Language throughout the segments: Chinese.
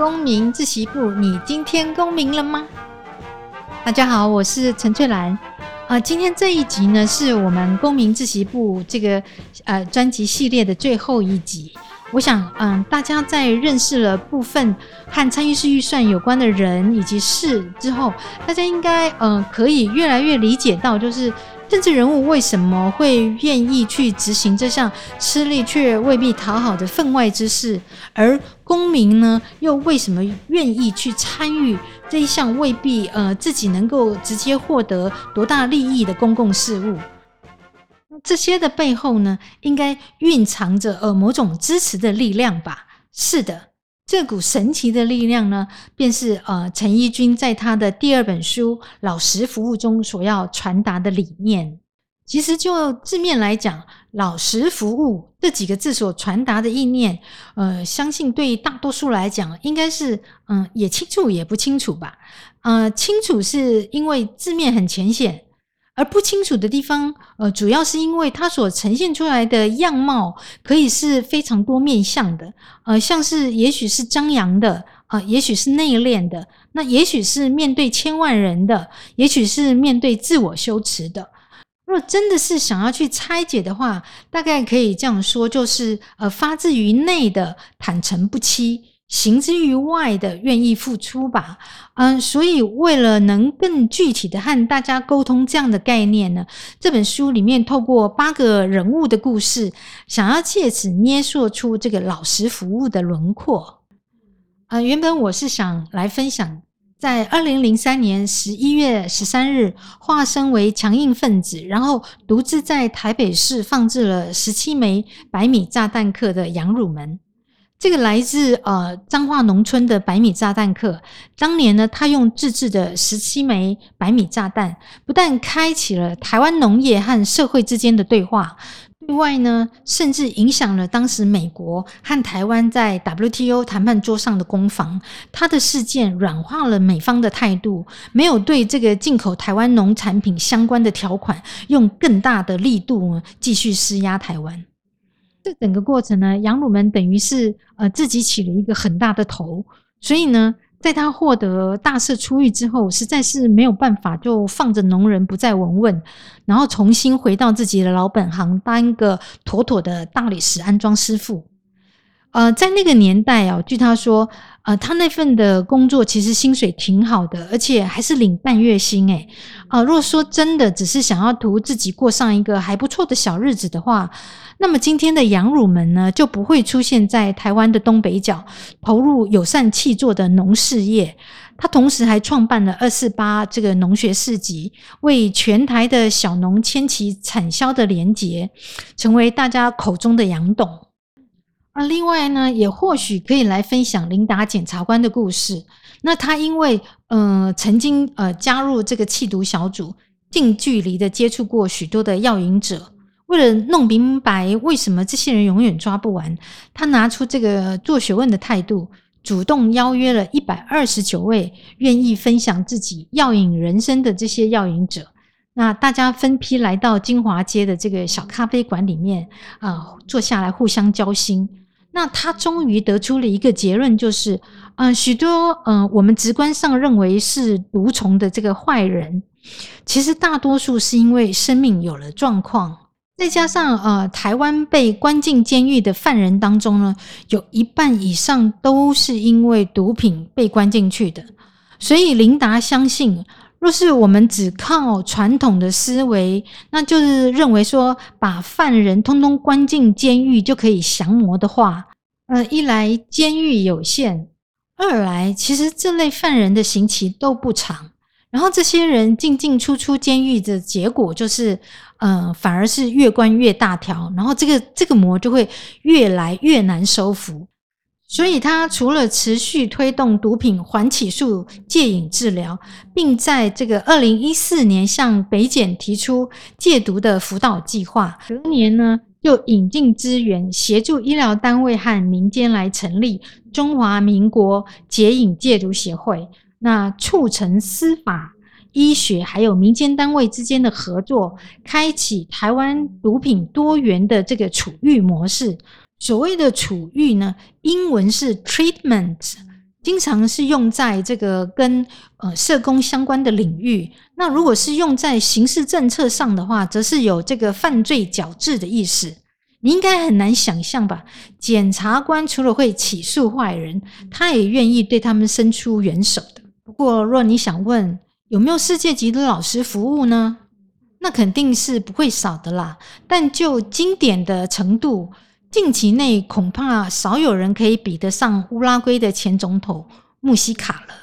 公民自习部，你今天公民了吗？大家好，我是陈翠兰。今天这一集呢，是我们公民自习部这个专辑系列的最后一集。我想大家在认识了部分和参与式预算有关的人以及事之后，大家应该可以越来越理解到，就是政治人物为什么会愿意去执行这项吃力却未必讨好的分外之事，而公民呢又为什么愿意去参与这一项未必自己能够直接获得多大利益的公共事务。这些的背后呢，应该蕴藏着某种支持的力量吧。是的，这股神奇的力量呢，便是陈一君在他的第二本书《老实服务》中所要传达的理念。其实就字面来讲，老实服务这几个字所传达的意念，相信对大多数来讲应该是也清楚也不清楚吧。清楚是因为字面很浅显，而不清楚的地方主要是因为它所呈现出来的样貌可以是非常多面向的，像是也许是张扬的，也许是内敛的，那也许是面对千万人的，也许是面对自我羞耻的。如果真的是想要去拆解的话，大概可以这样说，就是发自于内的坦诚不欺，行之于外的愿意付出吧。所以为了能更具体的和大家沟通这样的概念呢，这本书里面透过8个人物的故事，想要借此捏塑出这个老实服务的轮廓。原本我是想来分享在2003年11月13日化身为强硬分子，然后独自在台北市放置了17枚百米炸弹客的杨汝门。这个来自彰化农村的百米炸弹客，当年呢，他用自制的17枚百米炸弹，不但开启了台湾农业和社会之间的对话，对外呢，甚至影响了当时美国和台湾在 WTO 谈判桌上的攻防。他的事件软化了美方的态度，没有对这个进口台湾农产品相关的条款用更大的力度继续施压台湾。这整个过程呢，杨汝门等于是自己起了一个很大的头，所以呢，在他获得大赦出狱之后，实在是没有办法就放着农人不再闻问，然后重新回到自己的老本行，当一个妥妥的大理石安装师傅。在那个年代据他说，他那份的工作其实薪水挺好的，而且还是领半月薪如果说真的只是想要图自己过上一个还不错的小日子的话，那么今天的杨汝门呢，就不会出现在台湾的东北角，投入友善契作的农事业。他同时还创办了248这个农学市集，为全台的小农牵起产销的连结，成为大家口中的杨董。另外呢，也或许可以来分享琳达检察官的故事。那他因为曾经加入这个缉毒小组，近距离的接触过许多的药瘾者，为了弄明白为什么这些人永远抓不完，他拿出这个做学问的态度，主动邀约了129位愿意分享自己药瘾人生的这些药瘾者。那大家分批来到金华街的这个小咖啡馆里面坐下来互相交心。那他终于得出了一个结论，就是许多我们直观上认为是毒虫的这个坏人，其实大多数是因为生命有了状况。再加上台湾被关进监狱的犯人当中呢，有1半以上都是因为毒品被关进去的。所以琳达相信，若是我们只靠传统的思维，那就是认为说把犯人通通关进监狱就可以降魔的话，一来监狱有限，二来其实这类犯人的刑期都不长，然后这些人进进出出监狱的结果就是反而是越关越大条，然后这个魔就会越来越难收服。所以他除了持续推动毒品缓起诉戒瘾治疗，并在这个2014年向北检提出戒毒的辅导计划，隔年呢又引进资源，协助医疗单位和民间来成立中华民国解瘾戒毒协会，那促成司法、医学还有民间单位之间的合作，开启台湾毒品多元的这个处遇模式。所谓的处遇呢，英文是 treatment， 经常是用在这个跟社工相关的领域。那如果是用在刑事政策上的话，则是有这个犯罪矫治的意思。你应该很难想象吧，检察官除了会起诉坏人，他也愿意对他们伸出援手的。不过若你想问有没有世界级的老师服务呢，那肯定是不会少的啦。但就经典的程度，近期内恐怕少有人可以比得上乌拉圭的前总统穆希卡了。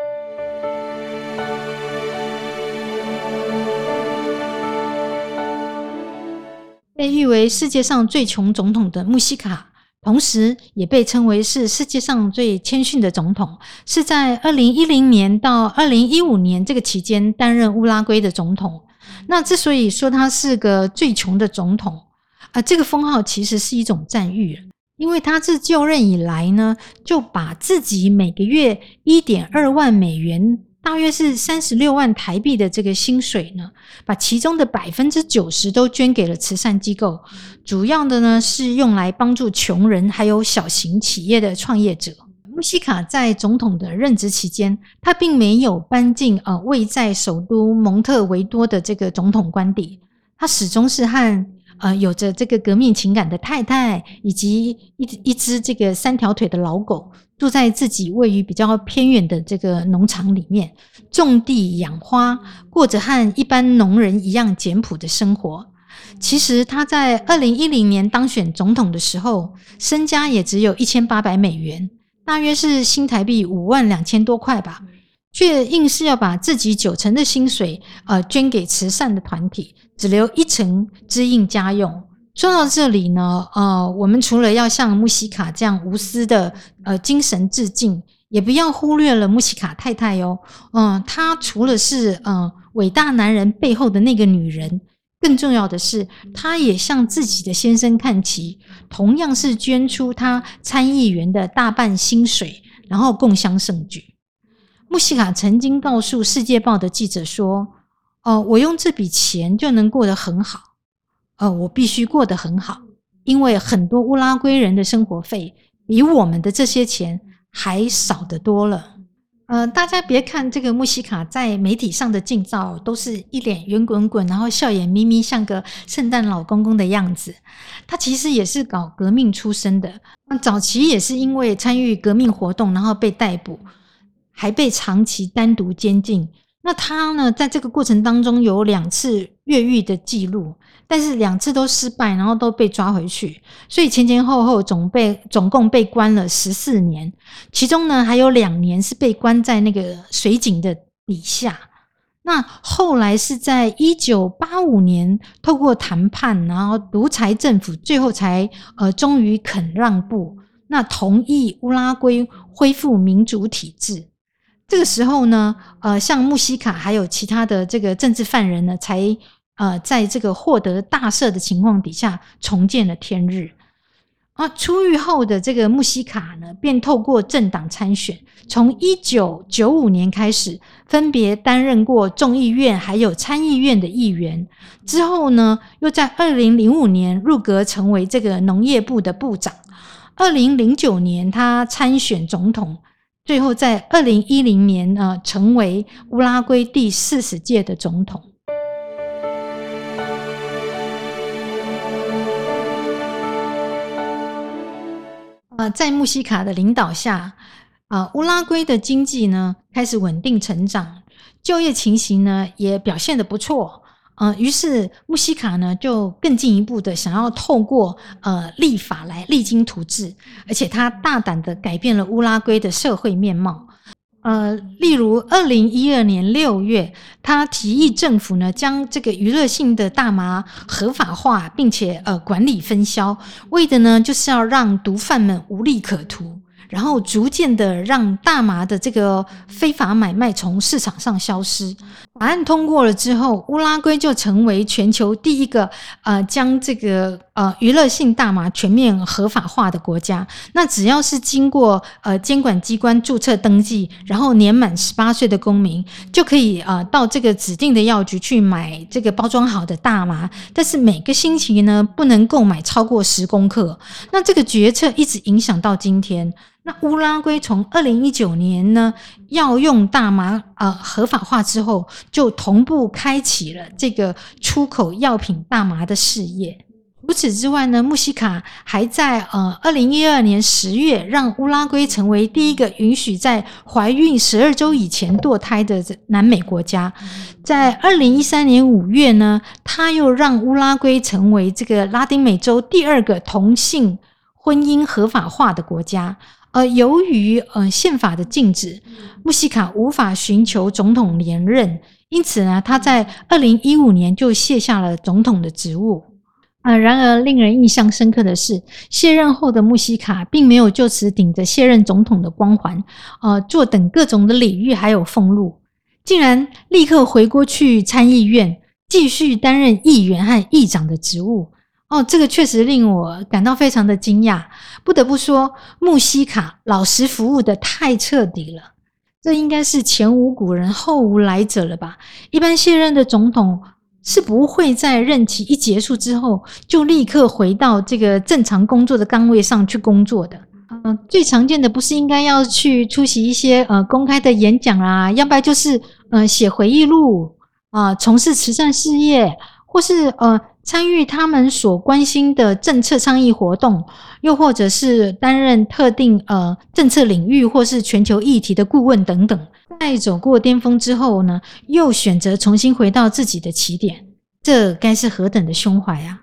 被誉为世界上最穷总统的穆希卡，同时也被称为是世界上最谦逊的总统，是在2010年到2015年这个期间担任乌拉圭的总统。那之所以说他是个最穷的总统，这个封号其实是一种赞誉，因为他自就任以来呢，就把自己每个月 1.2 万美元，大约是36万台币的这个薪水呢，把其中的 90% 都捐给了慈善机构，主要的呢是用来帮助穷人还有小型企业的创业者。穆希卡在总统的任职期间，他并没有搬进位在首都蒙特维多的这个总统官邸，他始终是和有着这个革命情感的太太以及一只这个3条腿的老狗，住在自己位于比较偏远的这个农场里面，种地养花，过着和一般农人一样简朴的生活。其实他在2010年当选总统的时候，身家也只有1800美元，大约是新台币52000多块吧，却硬是要把自己90%的薪水捐给慈善的团体，只留1%支应家用。说到这里呢，我们除了要向穆希卡这样无私的精神致敬，也不要忽略了穆希卡太太哦。她除了是伟大男人背后的那个女人，更重要的是，她也向自己的先生看齐，同样是捐出她参议员的大半薪水，然后共襄盛举。穆希卡曾经告诉《世界报》的记者说：我用这笔钱就能过得很好。我必须过得很好，因为很多乌拉圭人的生活费比我们的这些钱还少得多了。大家别看这个穆希卡在媒体上的近照都是一脸圆滚滚，然后笑眼眯眯，像个圣诞老公公的样子。他其实也是搞革命出身的，早期也是因为参与革命活动然后被逮捕，还被长期单独监禁。那他呢，在这个过程当中有2次越狱的记录，但是2次都失败，然后都被抓回去，所以前后后总共被关了14年，其中呢还有2年是被关在那个水井的底下。那后来是在1985年透过谈判，然后独裁政府最后才终于肯让步，那同意乌拉圭恢复民主体制。这个时候呢，像穆希卡还有其他的这个政治犯人呢，才在这个获得大赦的情况底下重见了天日。出狱后的这个穆希卡呢，便透过政党参选，从1995年开始，分别担任过众议院还有参议院的议员。之后呢，又在2005年入阁成为这个农业部的部长。2009年他参选总统。最后在2010年成为乌拉圭第40届的总统。在穆希卡的领导下，乌拉圭的经济呢开始稳定成长，就业情形呢也表现得不错。于是穆希卡呢就更进一步的想要透过立法来励精图治，而且他大胆的改变了乌拉圭的社会面貌。例如2012年6月，他提议政府呢将这个娱乐性的大麻合法化，并且管理分销，为的呢就是要让毒贩们无利可图，然后逐渐的让大麻的这个非法买卖从市场上消失。 法案通过了之后，乌拉圭就成为全球第一个将这个娱乐性大麻全面合法化的国家。那只要是经过监管机关注册登记，然后年满18岁的公民，就可以到这个指定的药局去买这个包装好的大麻，但是每个星期呢不能购买超过10公克。那这个决策一直影响到今天。那乌拉圭从2019年呢药用大麻合法化之后，就同步开启了这个出口药品大麻的事业。除此之外呢，墨西卡还在2012年10月让乌拉圭成为第一个允许在怀孕12周以前堕胎的南美国家。在2013年5月呢，他又让乌拉圭成为这个拉丁美洲第2个同性婚姻合法化的国家。由于宪法的禁止，墨西卡无法寻求总统连任，因此呢，他在2015年就卸下了总统的职务。然而令人印象深刻的是，卸任后的穆希卡并没有就此顶着卸任总统的光环坐等各种的礼遇还有俸禄，竟然立刻回过去参议院继续担任议员和议长的职务。这个确实令我感到非常的惊讶。不得不说，穆希卡老实服务的太彻底了，这应该是前无古人后无来者了吧。一般卸任的总统是不会在任期一结束之后就立刻回到这个正常工作的岗位上去工作的。最常见的不是应该要去出席一些公开的演讲啊，要不然就是写回忆录从事慈善事业，或是参与他们所关心的政策倡议活动，又或者是担任特定政策领域或是全球议题的顾问等等。在走过巅峰之后呢，又选择重新回到自己的起点，这该是何等的胸怀啊！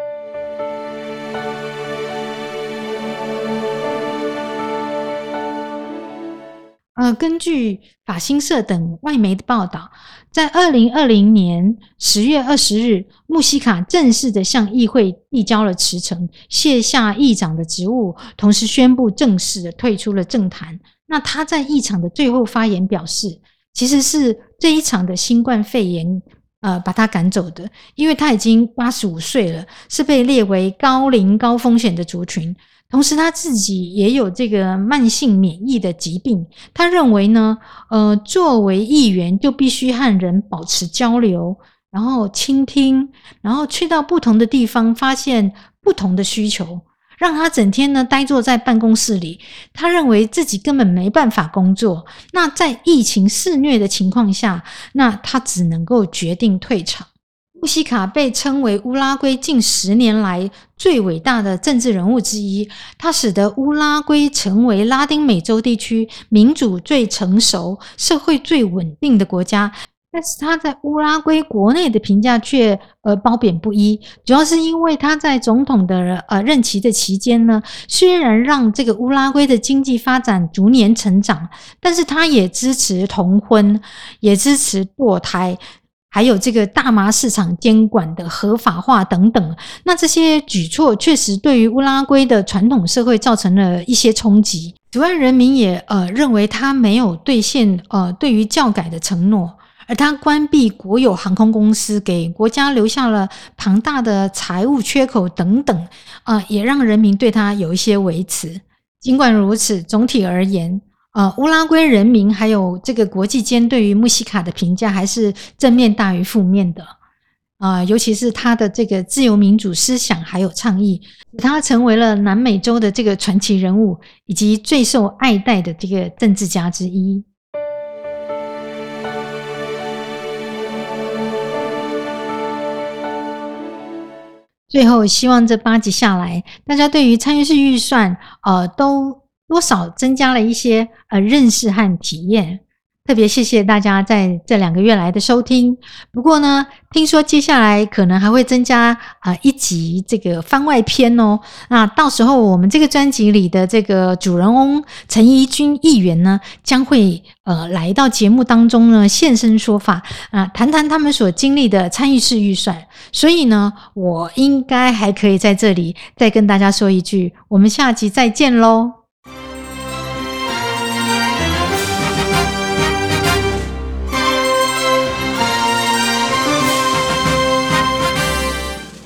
根据法新社等外媒的报道，在2020年10月20日，穆希卡正式的向议会递交了辞呈，卸下议长的职务，同时宣布正式的退出了政坛。那他在议场的最后发言表示，其实是这一场的新冠肺炎把他赶走的，因为他已经85岁了，是被列为高龄高风险的族群。同时他自己也有这个慢性免疫的疾病，他认为呢作为议员就必须和人保持交流，然后倾听，然后去到不同的地方发现不同的需求，让他整天呢呆坐在办公室里，他认为自己根本没办法工作。那在疫情肆虐的情况下，那他只能够决定退场。穆希卡被称为乌拉圭近10年来最伟大的政治人物之一，他使得乌拉圭成为拉丁美洲地区民主最成熟、社会最稳定的国家。但是他在乌拉圭国内的评价却褒贬不一，主要是因为他在总统的任期的期间呢，虽然让这个乌拉圭的经济发展逐年成长，但是他也支持同婚，也支持堕胎，还有这个大麻市场监管的合法化等等。那这些举措确实对于乌拉圭的传统社会造成了一些冲击。此外，人民也认为他没有兑现对于教改的承诺，而他关闭国有航空公司，给国家留下了庞大的财务缺口等等也让人民对他有一些维持。尽管如此，总体而言乌拉圭人民还有这个国际间对于穆希卡的评价还是正面大于负面的尤其是他的这个自由民主思想还有倡议，他成为了南美洲的这个传奇人物，以及最受爱戴的这个政治家之一。最后，希望这8集下来，大家对于参与式预算都多少增加了一些认识和体验。特别谢谢大家在这2个月来的收听。不过呢，听说接下来可能还会增加1集这个番外篇哦。那到时候我们这个专辑里的这个主人翁陈怡君议员呢，将会来到节目当中呢现身说法谈谈他们所经历的参与式预算。所以呢，我应该还可以在这里再跟大家说一句，我们下集再见咯。